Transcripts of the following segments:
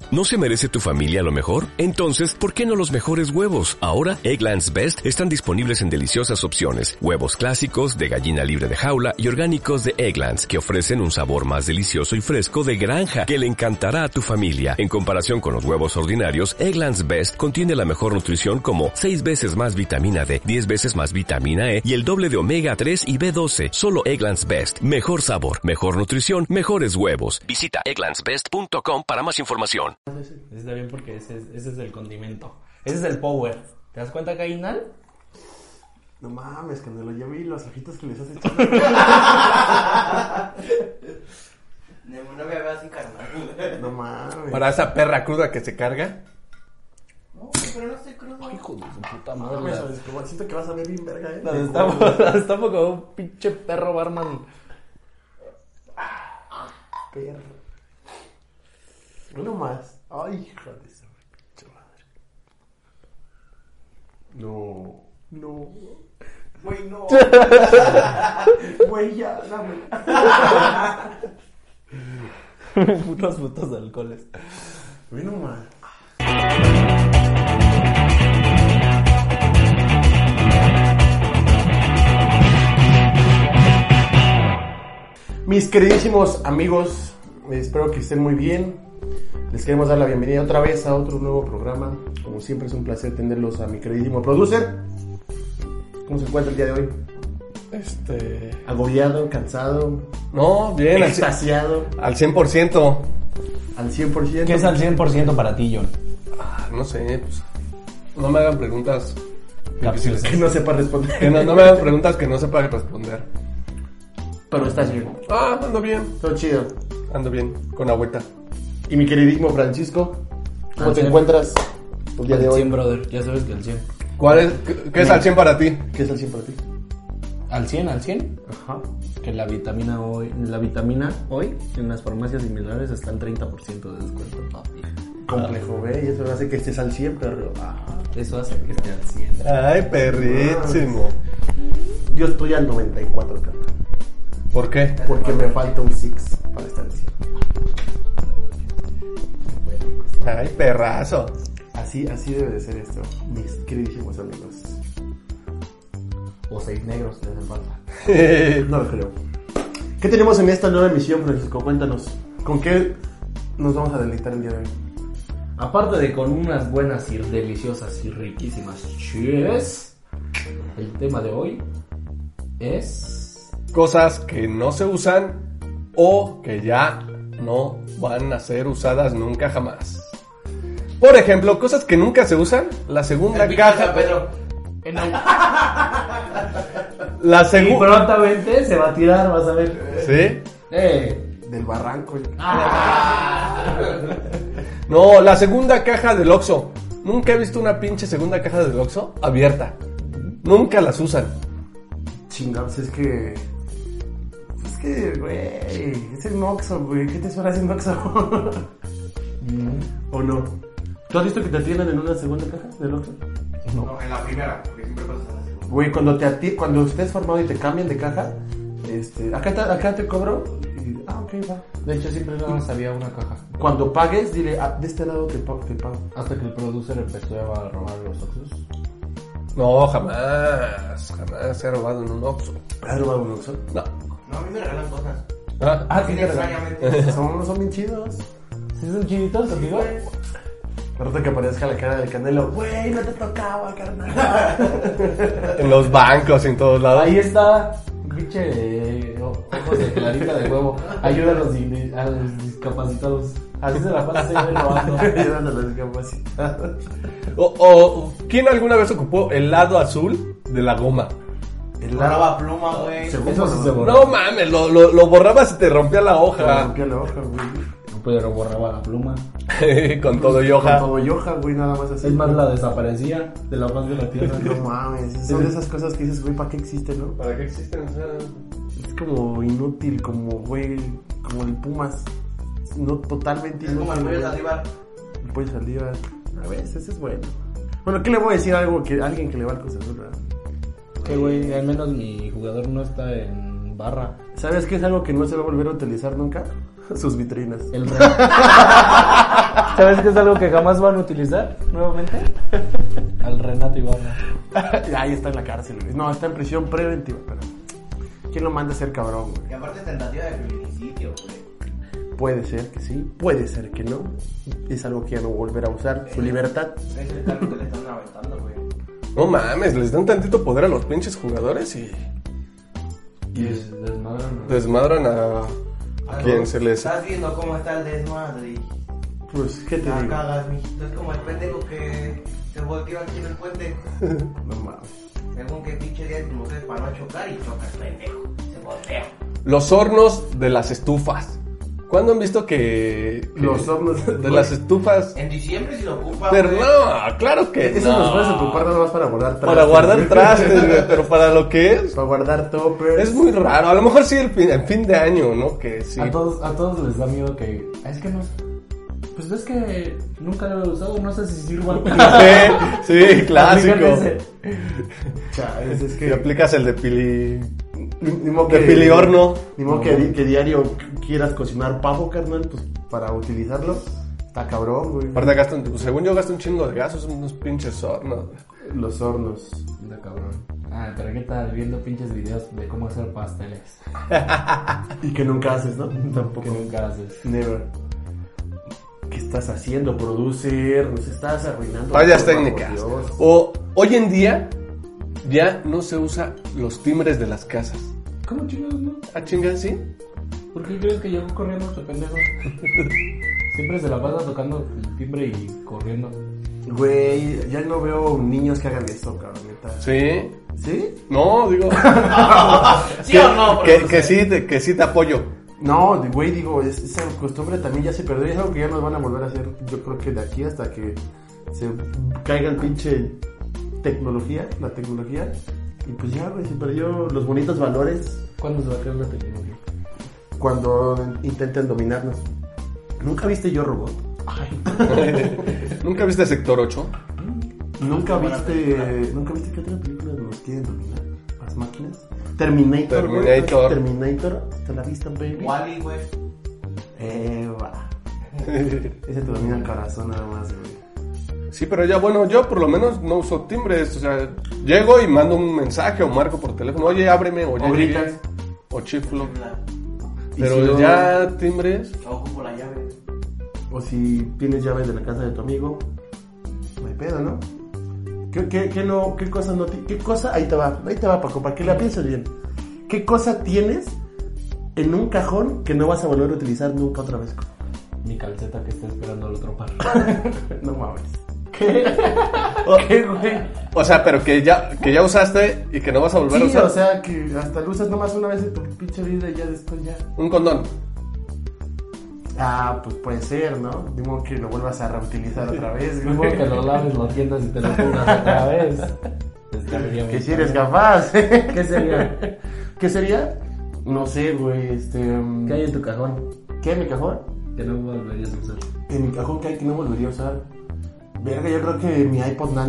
¿No se merece tu familia lo mejor? Entonces, ¿por qué no los mejores huevos? Ahora, Eggland's Best están disponibles en deliciosas opciones. Huevos clásicos, de gallina libre de jaula y orgánicos de Eggland's, que ofrecen un sabor más delicioso y fresco de granja que le encantará a tu familia. En comparación con los huevos ordinarios, Eggland's Best contiene la mejor nutrición como 6 veces más vitamina D, 10 veces más vitamina E y el doble de omega 3 y B12. Solo Eggland's Best. Mejor sabor, mejor nutrición, mejores huevos. Visita egglandsbest.com para más información. Está bien porque ese es el condimento. Ese es el power. ¿Te das cuenta, Cainal? No mames, Canelo, ya vi los ojitos que les has hecho. No me hagas así, carnal. No mames. Para esa perra cruda que se carga. No, pero no estoy crudo. Ay, hijo de su puta No madre. mames, ¿sabes? Como siento que vas a ver bien verga, La destapo como un pinche perro barman. Perro. Uno más. Ay, hijo de esa pinche madre. No. Güey, no. Güey, ya, dame. Putos de alcoholes. Güey, no más. Mis queridísimos amigos, espero que estén muy bien. Les queremos dar la bienvenida otra vez a otro nuevo programa. Como siempre es un placer tenerlos a mi queridísimo producer. ¿Cómo se encuentra el día de hoy? Agobiado, cansado, No, bien, extasiado, al 100%. al 100%. ¿Qué es al 100% para ti, John? No sé, pues. No me hagan preguntas. Capciosas. Que no sepa responder. Que no me hagan preguntas que no sepa responder. Pero estás bien. Ando bien. Todo chido. Ando bien, con agüita. Y mi queridísimo Francisco, ¿cómo Al te 100. encuentras el día de Al hoy? 100, brother. Ya sabes que al 100. ¿Qué es al 100 para ti? ¿Qué es el 100 para ti? ¿Al 100? Ajá. Que la vitamina hoy en las farmacias similares está en 30% de descuento, papi. Complejo, ¿ve? Y eso hace que estés al 100, perro. Eso hace que esté al 100. Ay, perrísimo. Yo estoy al 94, carnal. ¿Por qué? Porque me falta un 6 para estar al 100. Ay, perrazo. Así debe de ser esto, mis queridísimos amigos. O 6 negros te hacen falta. No lo creo. ¿Qué tenemos en esta nueva emisión, Francisco? Cuéntanos. ¿Con qué nos vamos a deleitar el día de hoy? Aparte de con unas buenas y deliciosas y riquísimas cheers, el tema de hoy es... Cosas que no se usan o que ya no van a ser usadas nunca jamás. Por ejemplo, cosas que nunca se usan. La segunda caja. Pedro. La Y segunda. prontamente se va a tirar, vas a ver. ¿Sí? Del barranco. No, la segunda caja del Oxxo. Nunca he visto una pinche segunda caja del Oxxo abierta. Nunca las usan. Chingados, es que, güey, es el Noxo, güey. ¿Qué te suena ese Noxo? ¿O no? ¿Tú has visto que te atiendan en una segunda caja del Oxxo? No, en la primera, porque siempre pasas a la segunda. Güey, cuando estés formado y te cambian de caja, acá te cobro y, ok, va. De hecho, siempre nada más había una caja. Cuando pagues, dile, de este lado te pago. Hasta que el producer empezó a robar los Oxxos. No, jamás. Jamás se ha robado en un Oxxo. ¿Has robado un Oxxo? No. No, a mí me regalan cosas. Ah, ¿sí Sí, te regalan? extrañamente. Son bien chidos. ¿Sí son chinitos, amigo? Ahorita que aparezca la cara del Canelo, güey, no te tocaba, carnal. en los bancos, en todos lados. Ahí está, pinche ojos de clarita de huevo. Ayuda a los discapacitados. Así se la pasa ahí robando. Ayudando a los discapacitados. O ¿quién alguna vez ocupó el lado azul de la goma? Borraba pluma, güey. Eso sí se borró. No mames, lo borrabas y te rompía la Me hoja. rompió la hoja, güey. Pero borraba la pluma. Con todo y hoja. Con todo y hoja, güey, nada más así. Es más, la desaparecía de la faz de la tierra. No mames, son de esas cosas que dices, güey, ¿para qué existen, no? ¿Para qué existen? O sea, Es como inútil, como, güey, como el Pumas. No totalmente Es inútil. como el pollo güey. Saldívar. El pollo Saldívar. A veces ese es bueno. Bueno, ¿qué le voy a decir a alguien que le va al Cruz Azul, verdad? Que güey, al menos mi jugador no está en barra. ¿Sabes qué es algo que no se va a volver a utilizar nunca? Sus vitrinas. El ¿Sabes qué es algo que jamás van a utilizar nuevamente? Al Renato Ibarra. Ahí está en la cárcel, güey. No, está en prisión preventiva, pero... ¿Quién lo manda a ser cabrón, güey? Y aparte tentativa de feminicidio, güey. Puede ser que sí, puede ser que no. Es algo que ya no volverá a usar. Su libertad. Es el cargo que le están aventando, güey. No mames, les dan tantito poder a los pinches jugadores y desmadran a quien se les... Estás viendo cómo está el desmadre. Pues, ¿qué te La digo? cagas, mijito. Es como el pendejo que se volteó aquí en el puente. No mames. Según que pinche día de mujeres para no chocar y choca el pendejo. Se voltea. Los hornos de las estufas. ¿Cuándo han visto que Los hornos de las estufas? En diciembre si lo ocupa, Pero güey. no, claro que Eso no. nos puedes ocupar nada más para guardar trastes. Para guardar trastes, güey, pero para lo que es Para guardar toppers. es muy raro. A lo mejor sí el fin de año, ¿no? Que sí. A todos les da miedo que... Es que no... Pues es que nunca lo he usado, no sé si sirva. Sí, clásico. Aplícate ese. Chales, es Y que... aplicas el de pili... Ni modo de piliorno. Ni modo que diario quieras cocinar pavo, carnal, pues para utilizarlo. Está cabrón, güey. Aparte gastan, pues, según yo gasto un chingo de gas, son unos pinches hornos. Los hornos. Está cabrón. Ah, pero ¿qué tal viendo pinches videos de cómo hacer pasteles? Y que nunca haces, ¿no? Que Tampoco. nunca haces. Never. ¿Qué estás haciendo, producer? Nos estás arruinando. Fallas Por técnicas. Dios. O hoy en día ya no se usa los timbres de las casas. ¿Cómo chingados no? ¿Ah, chinga, sí? ¿Por qué crees que llegó corriendo este pendejo? Siempre se la pasa tocando el timbre y corriendo. Güey, ya no veo niños que hagan eso, cabrón, neta. Sí. ¿Sí? No, digo... ¿Sí o no? que sí te apoyo. No, güey, digo, esa costumbre también ya se perdió. Es algo que ya nos van a volver a hacer. Yo creo que de aquí hasta que se caiga el pinche la tecnología. Y pues ya, güey, se perdió los bonitos valores ¿Cuándo se va a crear la tecnología? cuando intenten dominarnos. ¿Nunca viste Yo Robot? ¿Nunca viste Sector 8? ¿Nunca viste qué otra película nos quieren dominar? ¿Las máquinas? Terminator, güey. Terminator. Terminator, ¿te la viste, baby? Wally, güey. Va. Ese te domina el corazón nada más, güey. Sí, pero ya, bueno, yo por lo menos no uso timbres. O sea, llego y mando un mensaje o marco por teléfono. Oye, ábreme. O ya llegué, gritas. o chiflo. Y Pero si no- ya timbres... Yo ocupo la llave. O si tienes llaves de la casa de tu amigo, no hay pedo, ¿no? ¿Qué cosa no qué cosa? Ahí te va, Paco, para que la pienses bien. ¿Qué cosa tienes en un cajón que no vas a volver a utilizar nunca otra vez? Mi calceta que está esperando al otro par. No mames. ¿Qué, güey? O sea, pero que ya usaste y que no vas a volver a Sí, usar. o sea, que hasta lo usas nomás una vez en tu pinche vida y ya después ya. Un condón. Ah, pues puede ser, ¿no? De modo que lo vuelvas a reutilizar otra vez, Luego güey. que lo laves, lo tiendas y te lo pongas otra vez. Estaría Que muy si eres cabrón. capaz. ¿Qué sería? ¿Qué sería? No sé, güey, ¿Qué hay en tu cajón? ¿Qué en mi cajón? Que no volverías a usar. En mi cajón que hay que no volvería a usar. Verga, yo creo que mi iPod Nano.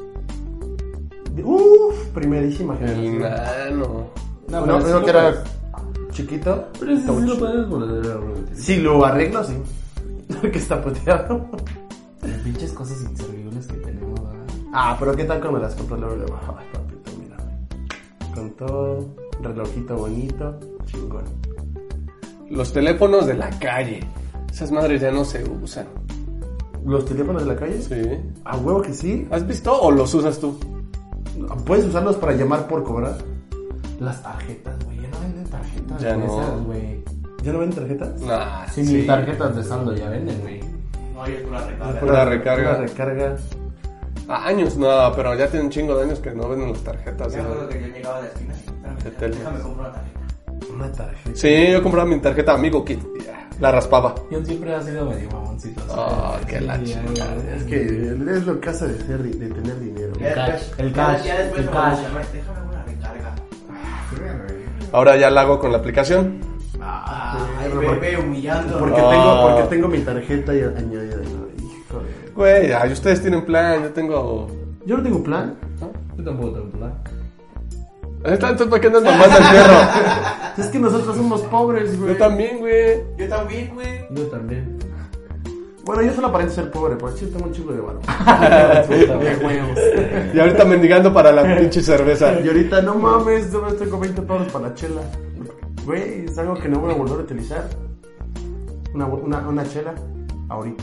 Primerísima El generación. nano. No, pero sí creo lo que era puedes. chiquito. Pero ese sí touch. lo puedes volver a reutilizar. Si lo arreglo, sí. Que está puteado. Las pinches cosas inservibles que tenemos, ¿verdad? Ah, pero ¿qué tal cuando las compro luego? Ay, papito, mira. Con todo, relojito bonito, chingón. Los teléfonos de la calle. Esas madres ya no se usan. ¿Los teléfonos de la calle? Sí. A huevo que sí. ¿Has visto o los usas tú? ¿Puedes usarlos para llamar por cobrar? Las tarjetas, güey. Ya no venden tarjetas. Ya no. esas, güey. ¿Ya no venden tarjetas? Nah, Sí, ni tarjetas de saldo ya venden, güey. No, yo es una recarga. Pura recarga. Una recarga. Años, no, pero ya tienen un chingo de años que no venden las tarjetas. Me ¿no? acuerdo que yo llegaba a la esquina. De tele. Déjame comprar una tarjeta. Una tarjeta. Sí, yo compraba mi tarjeta Amigo Kit. Ya, la raspaba. Yo siempre ha sido medio mamoncito. Ah, qué la chingada. Es que es lo que hace de tener dinero. El cash, el Ya cash, después el me cash. volví a llamar, déjame una recarga. Ahora ya la hago con la aplicación. Ay, pero bebé, humillando. Porque tengo mi tarjeta y añadida. Hijo de... Güey, ay, ustedes tienen plan, yo tengo... Yo no tengo plan. Yo tampoco tengo plan. Entonces, ¿para qué andas mamando el fierro? Es que nosotros somos pobres, güey. Yo también, güey. Yo también, güey. Yo también. Bueno, yo solo aparento ser pobre, porque sí tengo un chingo de valor. De huevos. Y ahorita mendigando para la pinche cerveza. Y ahorita, no mames, yo tengo 20 pesos para la chela. Güey, es algo que no voy a volver a utilizar. Una chela, ahorita.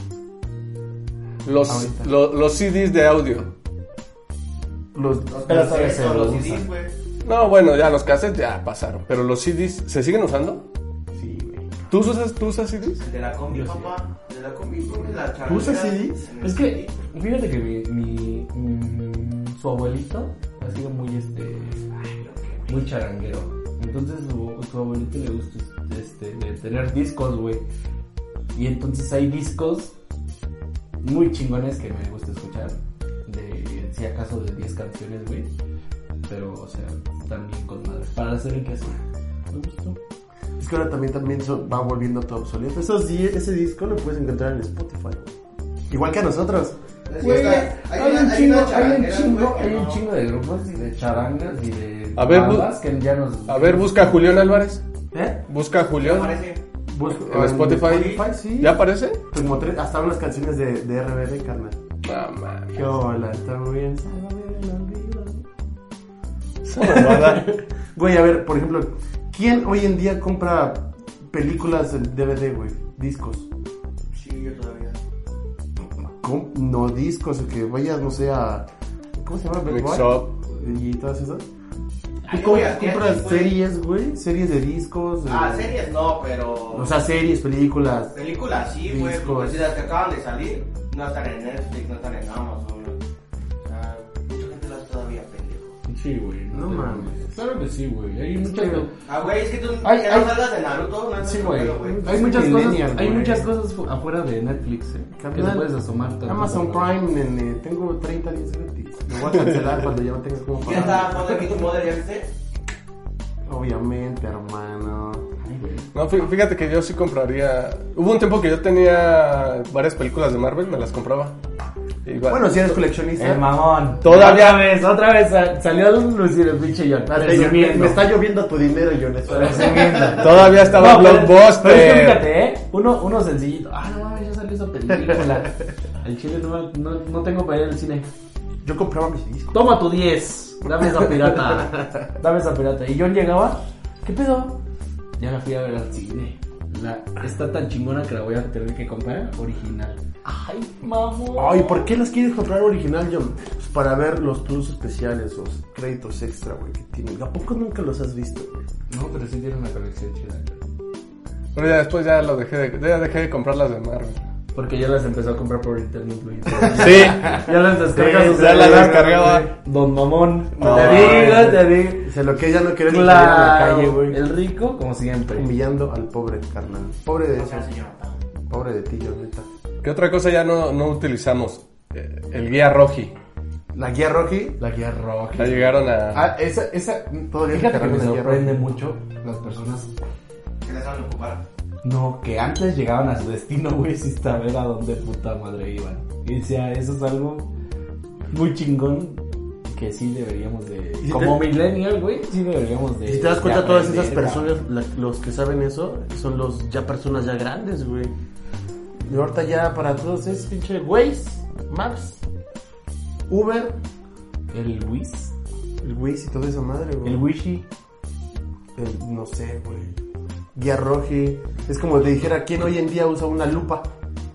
Los CDs de audio. Los Pero todavía se Todos lo los usan. CDs, güey. No, bueno, ya los cassettes ya pasaron. Pero los CDs, ¿se siguen usando? Sí, güey. ¿Tú usas CDs? El de la combi, Yo sí. papá. El de la combi, güey. La charanga. ¿Usas CDs? Es que, fíjate que su abuelito ha sido muy, muy charanguero. Entonces su abuelito le gusta, de tener discos, güey. Y entonces hay discos muy chingones que me gusta escuchar. Si acaso de 10 canciones, güey. Pero, o sea, también con madre. Para hacer el que hacer. Me gustó. Es que ahora también va volviendo todo obsoleto. Ese disco lo puedes encontrar en Spotify, güey. Igual que a nosotros. Güey, hay un charanguera, chingo de grupos y de charangas y de A ver, bandas que ya nos... A ver, busca a Julián Álvarez. ¿Eh? Busca a Julián. Parece. En Spotify. Sí. ¿Ya aparece? Como hasta unas canciones de RBD, carnal. No, mames. Qué hola, está muy bien. Sálvame del olvido. Esa mamada. Güey, a ver, por ejemplo, ¿quién hoy en día compra películas en DVD, güey? Discos. Sí, yo todavía. No discos, que vayas, no sé, a... ¿Cómo se llama? Best Mix Buy. Up. Y todas esas. Ay, ¿Tú voy a compras tianguis, güey. series, güey? Series de discos. Series no, pero. O sea, series, películas. Películas sí, güey. Discos. Porque si las que acaban de salir, no están en Netflix, no están en Amazon. O sea, mucha gente las todavía pendejo. Sí, güey. No te mames. mames. Claro que sí, güey. Hay muchas... que- Güey, es que tú Ay, que ay. no salgas de Naruto, no Sí, es güey. güey. Hay muchas Millennial, cosas, hay güey. muchas cosas afuera de Netflix, que te Carnal, puedes asomar tanto. Amazon Prime, nene. Tengo 30 días gratis. Me voy a cancelar cuando ya no tenga cómo ¿Quién está pagar. Mother Kitty Mother, ya viste? Obviamente, hermano. Ay, güey. No, fíjate que yo sí compraría. Hubo un tiempo que yo tenía varias películas de Marvel, me las compraba. Bueno, si eres coleccionista. El mamón. Todavía- Otra vez salió a lucir el pinche John. Me está lloviendo tu dinero, John. Presumiendo. Todavía estaba Blockbuster. Pero es que fíjate, uno sencillito. Ah, no mames, ya salió esa película. El chile no tengo para ir al cine. Yo compraba mis discos. Toma tu 10. Dame esa pirata. Dame esa pirata. Y John llegaba. ¿Qué pedo? Ya la fui a ver al cine. Está tan chingona que la voy a tener que comprar original. Ay, mamón. Ay, ¿por qué las quieres comprar original, John? Pues para ver los plus especiales, los créditos extra, güey, que tienen. ¿A poco nunca los has visto, güey? No, pero sí tiene una colección chida. Pero ya después ya dejé de comprar las de Marvel. Porque ya las empezó a comprar por internet, güey. Sí. Ya las descarga su Ya las celular, descargaba. güey. Don Mamón. No, te digo. Se lo que ella no quiere ni salir a la Claro. calle, güey. El rico, como siempre. Humillando al pobre carnal. Pobre de O eso. sea, señor. Pobre de ti, John, neta. ¿Qué otra cosa ya no utilizamos? El guía Roji. La guía Roji. La guía roja. Ya llegaron a... Ah, esa, Todavía fíjate que cargan me la guía sorprende roja. mucho las personas. ¿Qué les saben ocupar? No, que antes llegaban a su destino, güey, sin saber a dónde puta madre iban. Y decía, eso es algo muy chingón que sí deberíamos de... ¿Y si Como te- millennial, güey, sí deberíamos de... Si te das de cuenta, todas esas aprender, personas, los que saben eso, son los ya personas ya grandes, güey. Y ahorita ya para todos es pinche Waze, Maps, Uber, El Wiz, el Waze y toda esa madre, güey. el Wishy. No sé, güey. Guía Roji. Es como te dijera, ¿quién hoy en día usa una lupa?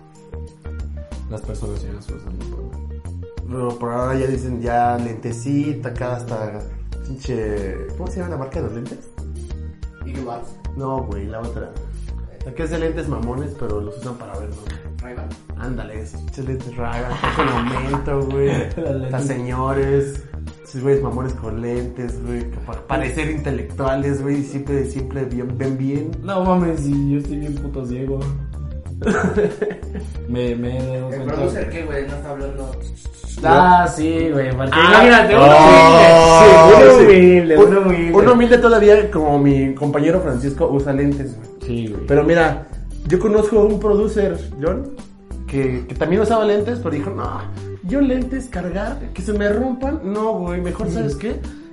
Las personas ya se usan mucho. Pero por ahora ya dicen ya lentecita, acá hasta pinche... ¿Cómo se llama la marca de los lentes? ¿Y qué más? No, güey, la otra. La que es de lentes mamones, pero los usan para ver, ¿no? Ray-Ban. Ándale, esos pinches lentes ragas, en momento, güey. Las lentes. Estas señores, esos güeyes mamones con lentes, güey, que para parecer intelectuales, güey, siempre ven bien. No mames, si yo estoy bien puto ciego. me he dado ¿El cuenta. producer qué, güey? No está hablando. Ah, sí, güey. Porque Ah, imagínate, no, uno sí. humilde, uno humilde. Uno humilde todavía, como mi compañero Francisco, usa lentes, güey. Sí, güey. Pero mira, yo conozco a un producer, John, que también usaba lentes, pero dijo, no, yo lentes cargar, que se me rompan, no, güey, mejor, ¿sabes qué?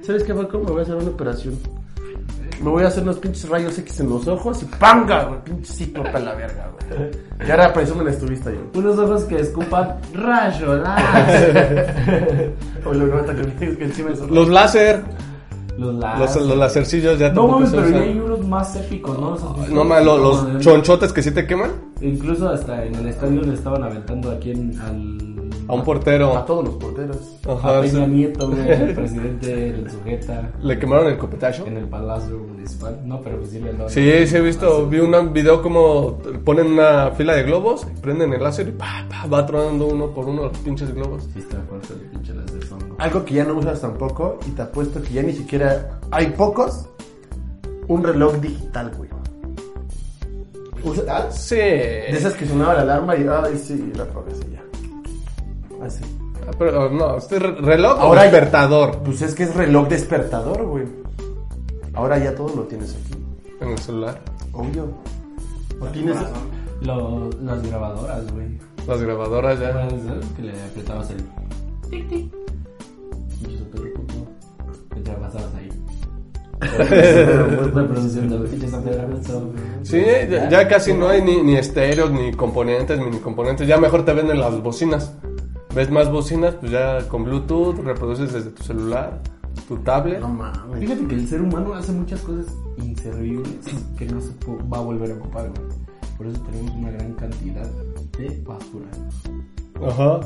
¿Sabes qué, Paco? Me voy a hacer una operación. Me voy a hacer unos pinches rayos X en los ojos y ¡panga, güey! Pinche cíclope a la verga, güey. Y ahora presumen esto vista yo. Unos ojos que escupan rayo láser. O lo nota que encima de esos Los láser. Los láser. Los lacercillos ya No tampoco mames, se pero ya usan. hay unos más épicos, ¿no? No mames, los chonchotes que sí te queman. Incluso hasta en el estadio le estaban aventando aquí A un portero. A todos los porteros. Ajá, a Peña sí. Nieto, güey, el presidente del sujeta Le quemaron el copetacho. en el Palacio Municipal. No, pero pues sí le andaban. Sí, he visto. Vi un video como ponen una fila de globos, prenden el láser y va tronando uno por uno los pinches globos. Sí, está fuerte el pinche láser son. Algo que ya no usas tampoco, y te apuesto que ya ni siquiera hay pocos, un reloj digital, güey. ¿Digital? Sí. De esas que sonaba la alarma y, ay, sí, la apagas y ya. Así. Pero no, este reloj Ahora o ya- despertador Pues es que es reloj despertador, güey. Ahora ya todo lo tienes aquí. en el celular. Obvio. ¿O tienes? Las grabadoras, güey. Las grabadoras ya. ¿Sabes? Que le apretabas el tic tic. Pinche super puto. Que te pasabas ahí. Reproducción de los pinches aferrados. Sí, ya casi no hay ni estéreos, ni componentes, mini componentes. Ya mejor te venden las bocinas. Ves más bocinas, pues ya con Bluetooth, reproduces desde tu celular, tu tablet. No mames. Fíjate que el ser humano hace muchas cosas inservibles que no se va a volver a ocupar, güey. Por eso tenemos una gran cantidad de basura. Ajá.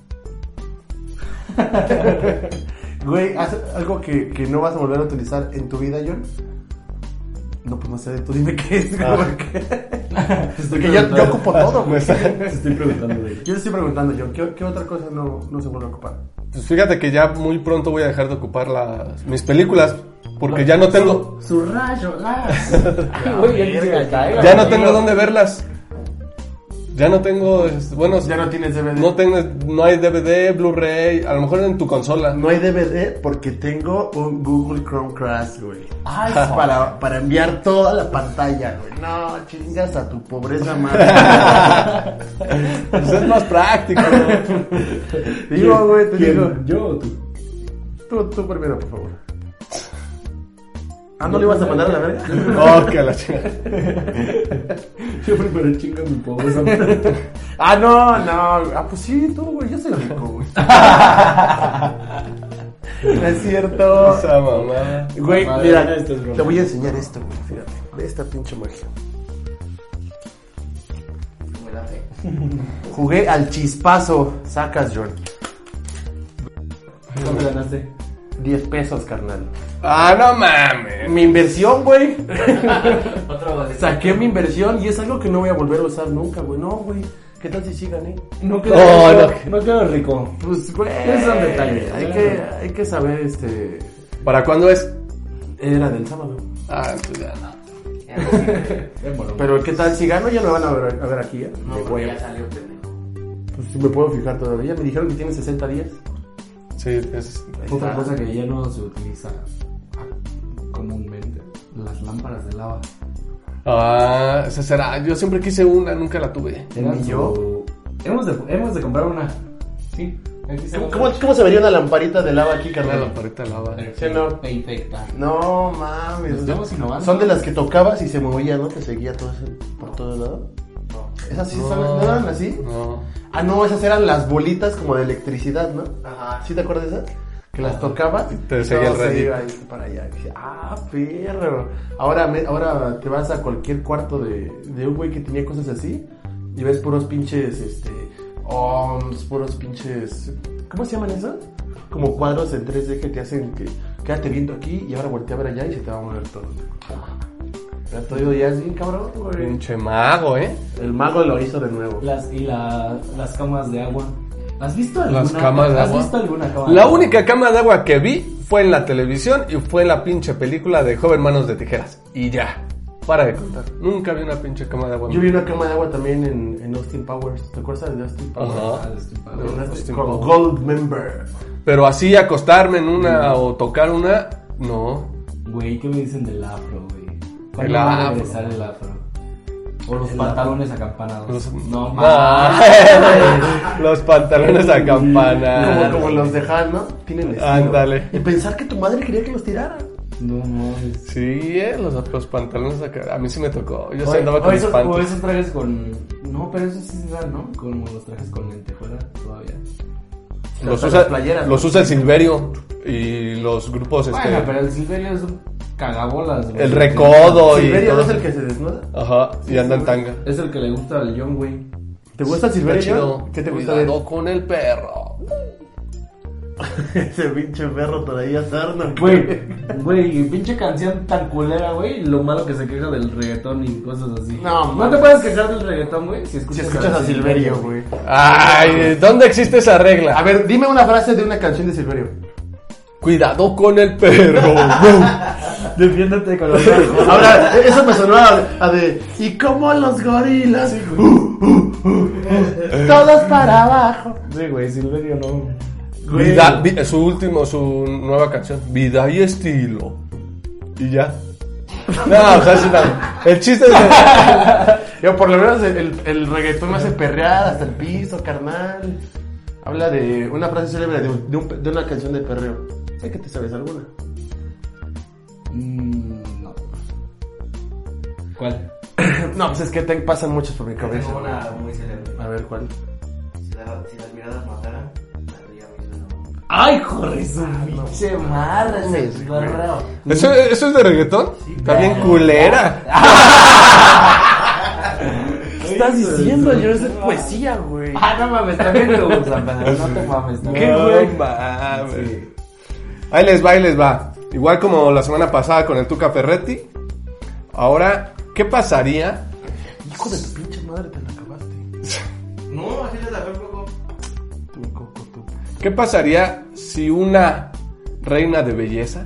Güey, ¿haz algo que no vas a volver a utilizar en tu vida, John? No, pues no sé, tú dime qué es, güey. Porque yo ocupo todo, güey. Te estoy preguntando, güey. Yo te estoy preguntando, John, ¿qué otra cosa no se vuelve a ocupar? Pues fíjate que ya muy pronto voy a dejar de ocupar mis películas. Porque ya no tengo. Su rayo láser. Güey, ya quisiera caer. Ya no tengo dónde verlas. Ya no tengo. Bueno, Ya no tienes DVD. no hay DVD, Blu-ray. A lo mejor en tu consola. No hay DVD porque tengo un Google Chromecast, güey. Ay, Para enviar toda la pantalla, güey. No, chingas a tu pobreza madre. Pues es más práctico. Digo, güey, te digo. ¿Yo o tú? Tú primero, por favor. ¿No le ibas a mandar a la verga? Oh, que la chingada. Yo primero chinga mi pobreza. No. Pues sí, tú, güey. Yo soy rico, güey. No es cierto. Esa mamá. Güey, Madre, mira, esto es broma. te voy a enseñar esto, güey. Fíjate. Ve esta pinche magia. Me la fe. Jugué al chispazo. Sacas, John. ¿Cuánto ganaste? 10 pesos, carnal. Ah, no mames. Mi inversión, güey. Otro bolito. Saqué mi inversión y es algo que no voy a volver a usar nunca, güey. No, güey. ¿Qué tal si sí gané? No quedó No, rico. No quedó rico. Pues, güey. Es un detalle. Hay que saber, ¿Para cuándo es? Era del sábado. Ah, pues ya no. Pero ¿qué tal si gano? Ya me van a ver aquí, ¿eh? No, De porque huevo. ya salió pendejo. Pues sí me puedo fijar todavía. Me dijeron que tiene 60 días. Sí, es. Otra cosa que ya no se utiliza comúnmente. Las lámparas de lava. Ah, esa será. Yo siempre quise una, nunca la tuve. Eran ¿Y yo? Hemos de comprar una. Sí. Aquí está la- ¿Cómo se vería una lamparita de lava aquí, Una carnal? lamparita de lava. Sí, no. Perfecta. No mames. Estamos innovando. Son de las que tocabas y se movía, ¿no? Te seguía todo por todo lado. ¿Esas sí son? ¿No eran así? No. Ah, no, esas eran las bolitas como de electricidad, ¿no? Ajá. ¿Sí te acuerdas de esas? Que las tocabas y Te seguía el todo se rayito. iba ahí para allá. Y dije, perro. Ahora te vas a cualquier cuarto de un güey que tenía cosas así y ves puros pinches, ohms, puros pinches... ¿Cómo se llaman esos? Como cuadros en 3D que te hacen que quédate viendo aquí y ahora voltea a ver allá y se te va a mover todo. Pero todo ya es bien cabrón, güey. Pinche mago, ¿eh? El mago lo hizo de nuevo. Las camas de agua. ¿Has visto alguna? Las camas de agua. ¿Has visto alguna cama de La agua? única cama de agua que vi fue en la televisión y fue en la pinche película de Joven Manos de Tijeras. Y ya. Para de contar. Nunca vi una pinche cama de agua. Yo vi una cama de agua también en Austin Powers. ¿Te acuerdas de Austin Powers? Ajá. Con Gold Member. Pero así acostarme en una o tocar una, no. Güey, ¿qué me dicen del afro, güey? El ¿Cuándo va a afro. regresar el afro? O los pantalones acampanados. No, Los pantalones acampanados. Como los de Han, ¿no? Tienen estilo. Ándale. Y pensar que tu madre quería que los tirara. No mames. Sí, los pantalones acá. A mí sí me tocó. Yo sí Oye, andaba o con mis esos, panties. o esos trajes con... No, pero eso sí se da, ¿no? Como los trajes con lentejuela todavía. Los Hasta usa, las playeras, los ¿no? usa el Silverio y los grupos Bueno, pero el Silverio es un cagabolas, güey. el Recodo y ¿Silverio no todo. es el que se desnuda? Ajá, y anda en tanga. Es el que le gusta al John, güey. ¿Te gusta el Está Silverio? chido. ¿Qué te gusta de Cuidado con el perro. ese pinche perro todavía sarna? Güey, pinche canción tan culera, güey. Lo malo que se queja del reggaetón y cosas así. No, no man. te puedes quejar del reggaetón, güey, si Si escuchas a Silverio, güey. Ay, ¿dónde existe esa regla? A ver, dime una frase de una canción de Silverio. Cuidado con el perro. Defiéndete con los bajos. Ahora, eso me sonó a de... Y como los gorilas. Todos para abajo. Sí, güey, Silverio no. Su nueva canción, Vida y Estilo. Y ya. No, o sea, sí, no. El chiste es Yo, por lo menos el reggaetón me hace perrear hasta el piso, carnal. Habla de una frase célebre de una canción de perreo. Sé que te sabes alguna. No. ¿Cuál? No, pues es que pasan muchas por mi cabeza. Tengo una muy célebre. A ver, ¿cuál? Si las miradas mataran, ya me hizo. Ay, corre su pinche madre, mames, ese correo. ¿Eso es de reggaetón? Está bien culera. ¿Qué estás diciendo? Yo es de poesía, güey. Ah, no mames, también te gusta, pero no te mames. ¿Qué, No güey? mames. Sí. Ahí les va. Igual como la semana pasada con el Tuca Ferretti. Ahora, ¿qué pasaría? Hijo de tu pinche madre, te la acabaste. No, así les la veo poco. Tu coco, tu. ¿Qué pasaría si una reina de belleza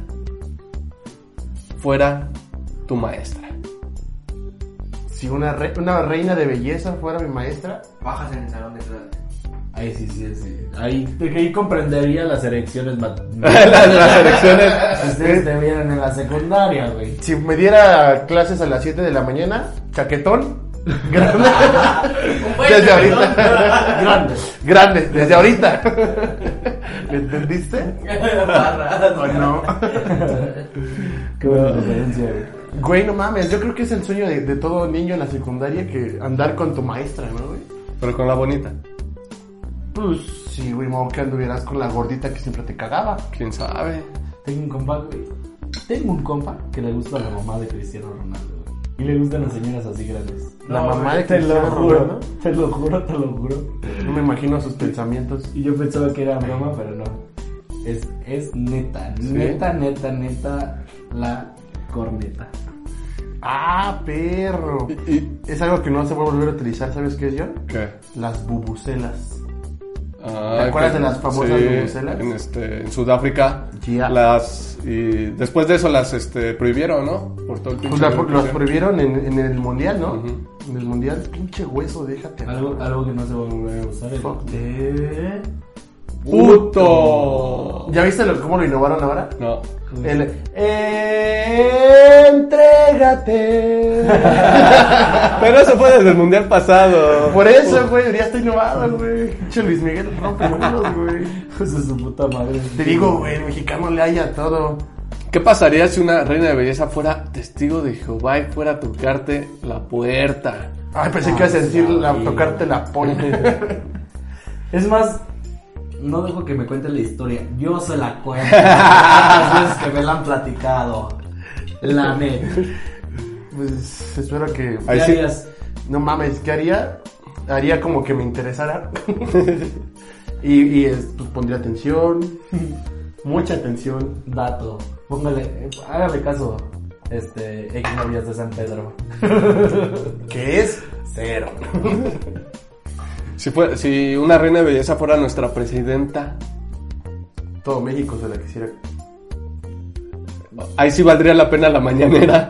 fuera tu maestra? Si una reina de belleza fuera mi maestra. Bajas en el salón de clases. Ahí sí. Ahí comprendería las erecciones. Las elecciones. Ustedes te vieron en la secundaria, güey. Si me diera clases a las 7 de la mañana, chaquetón, grande. Desde ahorita. Grande, desde ahorita. ¿Me entendiste? ¿O no? Qué buena referencia, güey. Güey, no mames, yo creo que es el sueño de todo niño en la secundaria que andar con tu maestra, ¿no, güey? Pero con la bonita. Pues sí, güey, mo que anduvieras con la gordita que siempre te cagaba. ¿Quién sabe? Tengo un compa que le gusta la mamá de Cristiano Ronaldo, güey. Y le gustan las señoras así grandes. La mamá de te lo Cristiano juro, Ronaldo. te lo juro. No me imagino sus pensamientos. Y yo pensaba que era broma, pero no. Es neta, ¿Sí? neta la corneta. Ah, perro. ¿Y Es algo que no se va a volver a utilizar, ¿sabes qué es, John? qué? Las bubucelas. Ah, ¿Te acuerdas que- de las famosas bubucelas? En Sudáfrica. Ya. Y después de eso las prohibieron, ¿no? Por todo el Pues pinche los prohibieron en el mundial, ¿no? Ujú. En el mundial, pinche hueso, déjate. Algo que no se va a volver a usar. Fuck. ¡Puto! ¿Ya viste cómo lo innovaron ahora? No. El entrégate. Pero eso fue desde el mundial pasado. Por eso, güey, ya está innovado, güey. Pinche Luis Miguel rompe números, güey. Pues de su puta madre. Te digo, güey, el mexicano le haya todo. ¿Qué pasaría si una reina de belleza fuera testigo de Jehová y fuera a tocarte la puerta? Ay, pensé que ibas a decir tocarte la polla. Es más, no dejo que me cuente la historia. Yo se la cuento. Las veces que me la han platicado. La neta. Pues espero que. Ahí ¿Qué sí. harías? No mames, ¿qué haría? Haría como que me interesara. Pues pondría atención. Mucha atención. Dato. Póngale, hágale caso. Exnovias de San Pedro. ¿Qué es? Cero. Si una reina de belleza fuera nuestra presidenta, Todo México se la quisiera. ahí sí valdría la pena la mañanera.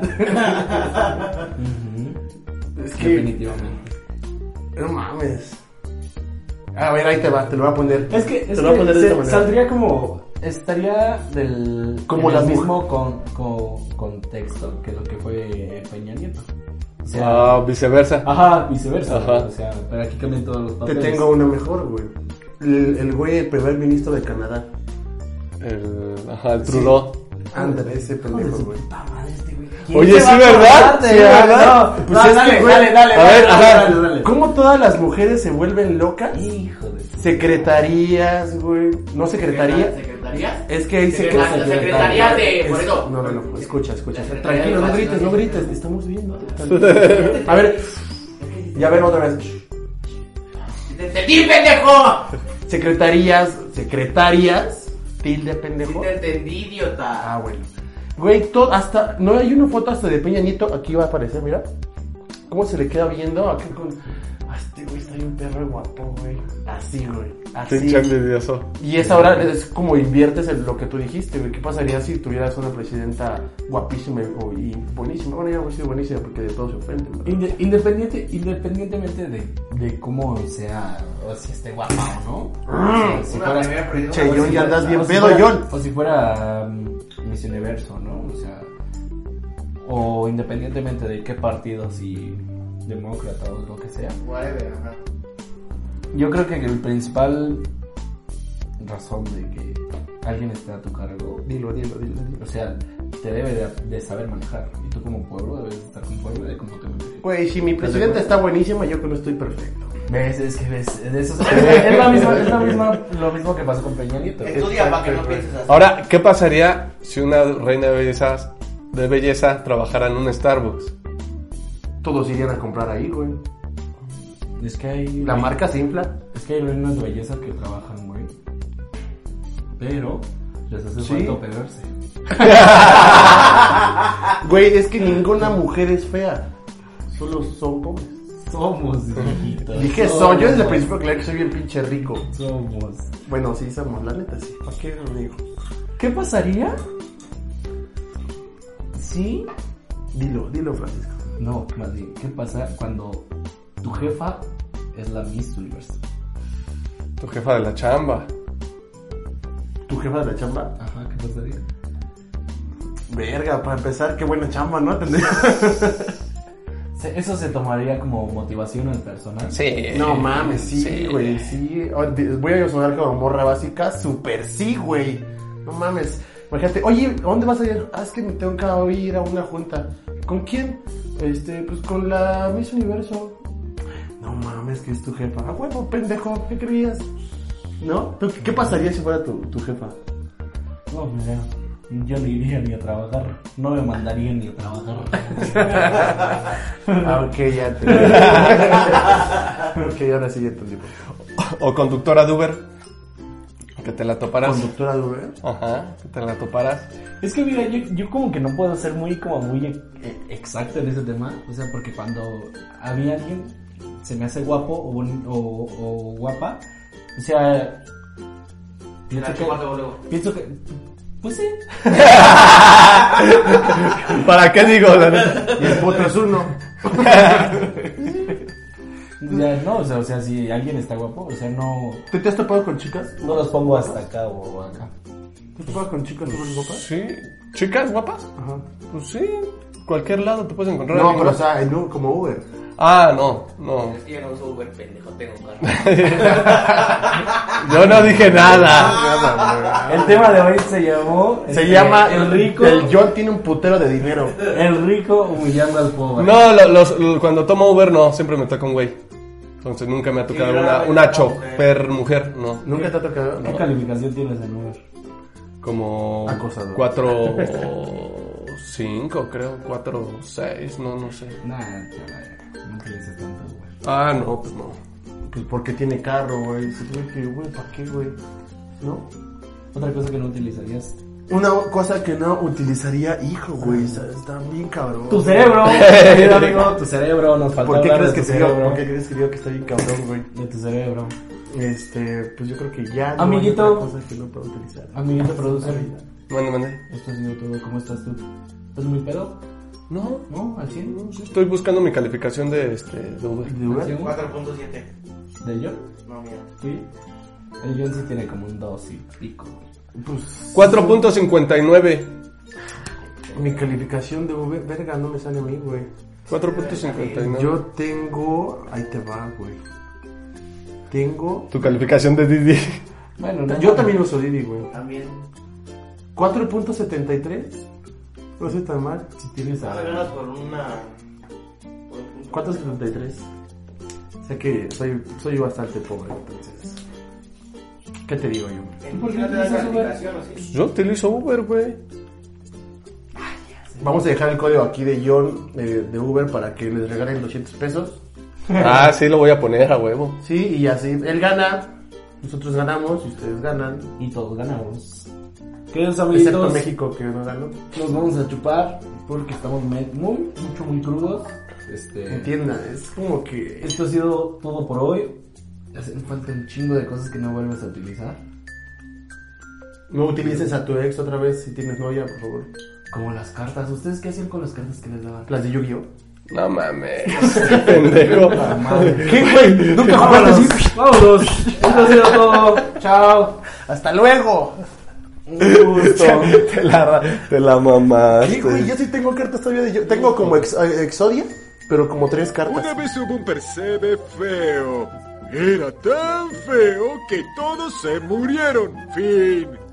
Es que. Definitivamente. No mames. A ver, ahí te va, te lo voy a poner. Es que, te lo voy a poner de esta manera. saldría como. Estaría Como en las el mismo contexto que lo que fue Peña Nieto. Viceversa. Ajá, viceversa. Ajá. O sea, pero aquí cambian todos los Te papeles. tengo una mejor, güey. El güey, el primer ministro de Canadá. El Trudeau. Ándale, ese pendejo, güey. Puta madre, este güey. Oye, sí, ¿verdad? Sí, ¿verdad? No, Pues no, es dale, que, güey, dale, a ver, ajá. dale. ¿Cómo todas las mujeres se vuelven locas? Hijo de... Secretarías, güey. No secretaría. ¿Secretarías? Es que hay La secretaría de... Por eso. No, escucha. La secretaría Tranquilo, de no Educación. grites, estamos viendo. A ver, ya ven otra vez. ¡Te entendí, pendejo! Secretarias, tilde pendejo. Te entendí, idiota. Ah, bueno. Güey, hasta, no hay una foto hasta de Peña Nieto, aquí va a aparecer, mira. ¿Cómo se le queda viendo? Aquí con... este güey está bien perro y guapo, güey. Así, güey. Así. Pinche envidioso. Y es ahora, es como inviertes en lo que tú dijiste, güey. ¿Qué pasaría si tuvieras una presidenta guapísima y buenísima? Bueno, ya no sido buenísima porque de todo se ofenden, ¿verdad? Independientemente de cómo sea, o si esté guapa o no. O sea, si Una fuera... primera pregunta. Che, John, ya andas bien o si pedo, fuera- John. O si fuera Miss Universo, ¿no? O sea, o independientemente de qué partido, si demócrata o lo que sea. Whatever, ajá. Yo creo que el principal razón de que alguien esté a tu cargo, Dilo. o sea, te debe de saber manejar. Y tú como pueblo debes estar conforme de cómo te manejes. Güey, si mi presidenta está buenísima, yo que no estoy perfecto. ¿Ves? Es que ves, es lo mismo que pasó con Peña Nieto. Estudia para que no pienses así. Ahora, ¿qué pasaría si una reina de belleza trabajara en un Starbucks? Todos irían a comprar ahí, güey. Es que hay... La marca se infla. Es que hay reinas de belleza que trabajan, güey. Pero les hace Sí. falta operarse. Güey, es que ninguna mujer es fea. Solo son pobres. Somos, hijito. Dije soy, yo desde el principio claro que soy bien pinche rico. Somos. Bueno, sí somos, la neta sí. ¿Para qué lo digo? ¿Qué pasaría si... Dilo, Francisco. No, más bien, ¿qué pasa cuando tu jefa es la Miss Universo? Tu jefa de la chamba. ¿Tu jefa de la chamba? Ajá, ¿qué pasaría? Verga, para empezar, qué buena chamba, ¿no? Eso se tomaría como motivación al personal. Sí. No mames, sí, güey, sí. Voy a sonar como morra básica, super sí, güey. No mames. Imagínate, oye, ¿a dónde vas a ir? Ah, es que me tengo que ir a una junta. ¿Con quién? Pues con la Miss Universo. No mames, que es tu jefa. Ah, huevo, pendejo, ¿qué creías? ¿No? ¿Tú, qué pasaría si fuera tu jefa? No, pues ya. Yo no iría ni a trabajar. No me mandaría ni a trabajar. Ah, ok, ya te... ok, ahora sí ya entendí. O conductora de Uber. Que te la toparas. ¿Conductora de Uber? Ajá, que te la toparas. Es que mira, yo como que no puedo ser muy exacto en ese tema. O sea, porque cuando a mí alguien se me hace guapo o guapa, o sea, pienso que pues sí. ¿Para qué digo? La neta? Y el puto es uno. Ya, no, o sea, si alguien está guapo, o sea, no ¿Tú te has topado con chicas? los pongo hasta acá o acá. ¿Tú te has topado con chicas guapas? Sí. ¿Chicas guapas? Ajá. Pues sí. Cualquier lado te puedes encontrar. No, alguien pero o guapo. sea, como Uber. Ah, no. Es que yo no uso Uber, pendejo, tengo carro. Yo no dije nada. El tema de hoy se llama El rico. El John tiene un putero de dinero. El rico humillando al pobre. No, cuando tomo Uber no, siempre me toca un güey. Entonces nunca me ha tocado una chofer mujer, no. ¿Nunca te ha tocado? ¿Qué calificación tienes en Uber? Como Acosador. 4.5 creo, 4.6, no sé. Nah, no utilices tanto Uber. Ah, no, pues no. Pues porque tiene carro, güey. Se tiene que, güey, ¿para qué, güey? ¿No? Otra cosa que no utilizarías. Una cosa que no utilizaría, hijo, güey. Está bien cabrón. Tu cerebro, querido amigo, tu cerebro, nos falta ¿Por qué hablar crees de que tu te digo? cerebro. ¿Por qué crees que digo que está bien cabrón, güey? De tu cerebro. Pues yo creo que ya no Amiguito. hay otra cosa que no puedo utilizar. Amiguito producer, Mande. esto ha sido todo. ¿Cómo estás tú? ¿Estás muy pedo? No, ¿No? ¿Al 100? no, sí, estoy buscando mi calificación de Uber. ¿De Uber? 4.7. ¿De yo? No, mira. Sí. El John sí tiene como un 2 y pico, güey. Pues 4.59. mi calificación de Uber, verga, no me sale a mí, güey. 4.59. Yo tengo... Ahí te va, güey. Tengo... Tu calificación de Didi. Bueno, no, Yo también uso Didi, güey. También. 4.73. No sé tan mal. Si tienes Me a... ganas por una. 4.73. Sé que soy bastante pobre, entonces... ¿Qué te digo yo? ¿Por qué no te da calificación o sí? Yo utilizo Uber, güey. Vamos a dejar el código aquí de John de Uber para que les regalen 200 pesos. Ah, sí, lo voy a poner a huevo. Sí, y así él gana, nosotros ganamos y ustedes ganan. Y todos ganamos. Queridos Excepto amiguitos, México que no ganó. nos vamos a chupar porque estamos muy crudos. Entienda, es como que... Esto ha sido todo por hoy. Hacen falta un chingo de cosas que no vuelves a utilizar. No utilices a tu ex otra vez si tienes novia, por favor. Como las cartas. ¿Ustedes qué hacían con las cartas que les daban? Las de Yu-Gi-Oh. No mames, qué pendejo. ¿Qué, güey? Nunca jugaste así. Vámonos. Esto ha sido todo. Chao. Hasta luego. Un gusto. Te la mamaste. Sí, güey, yo sí tengo cartas todavía de Yu-Gi-Oh. Tengo como Exodia, pero como 3 cartas. Una vez hubo un percebe feo. Era tan feo que todos se murieron. Fin.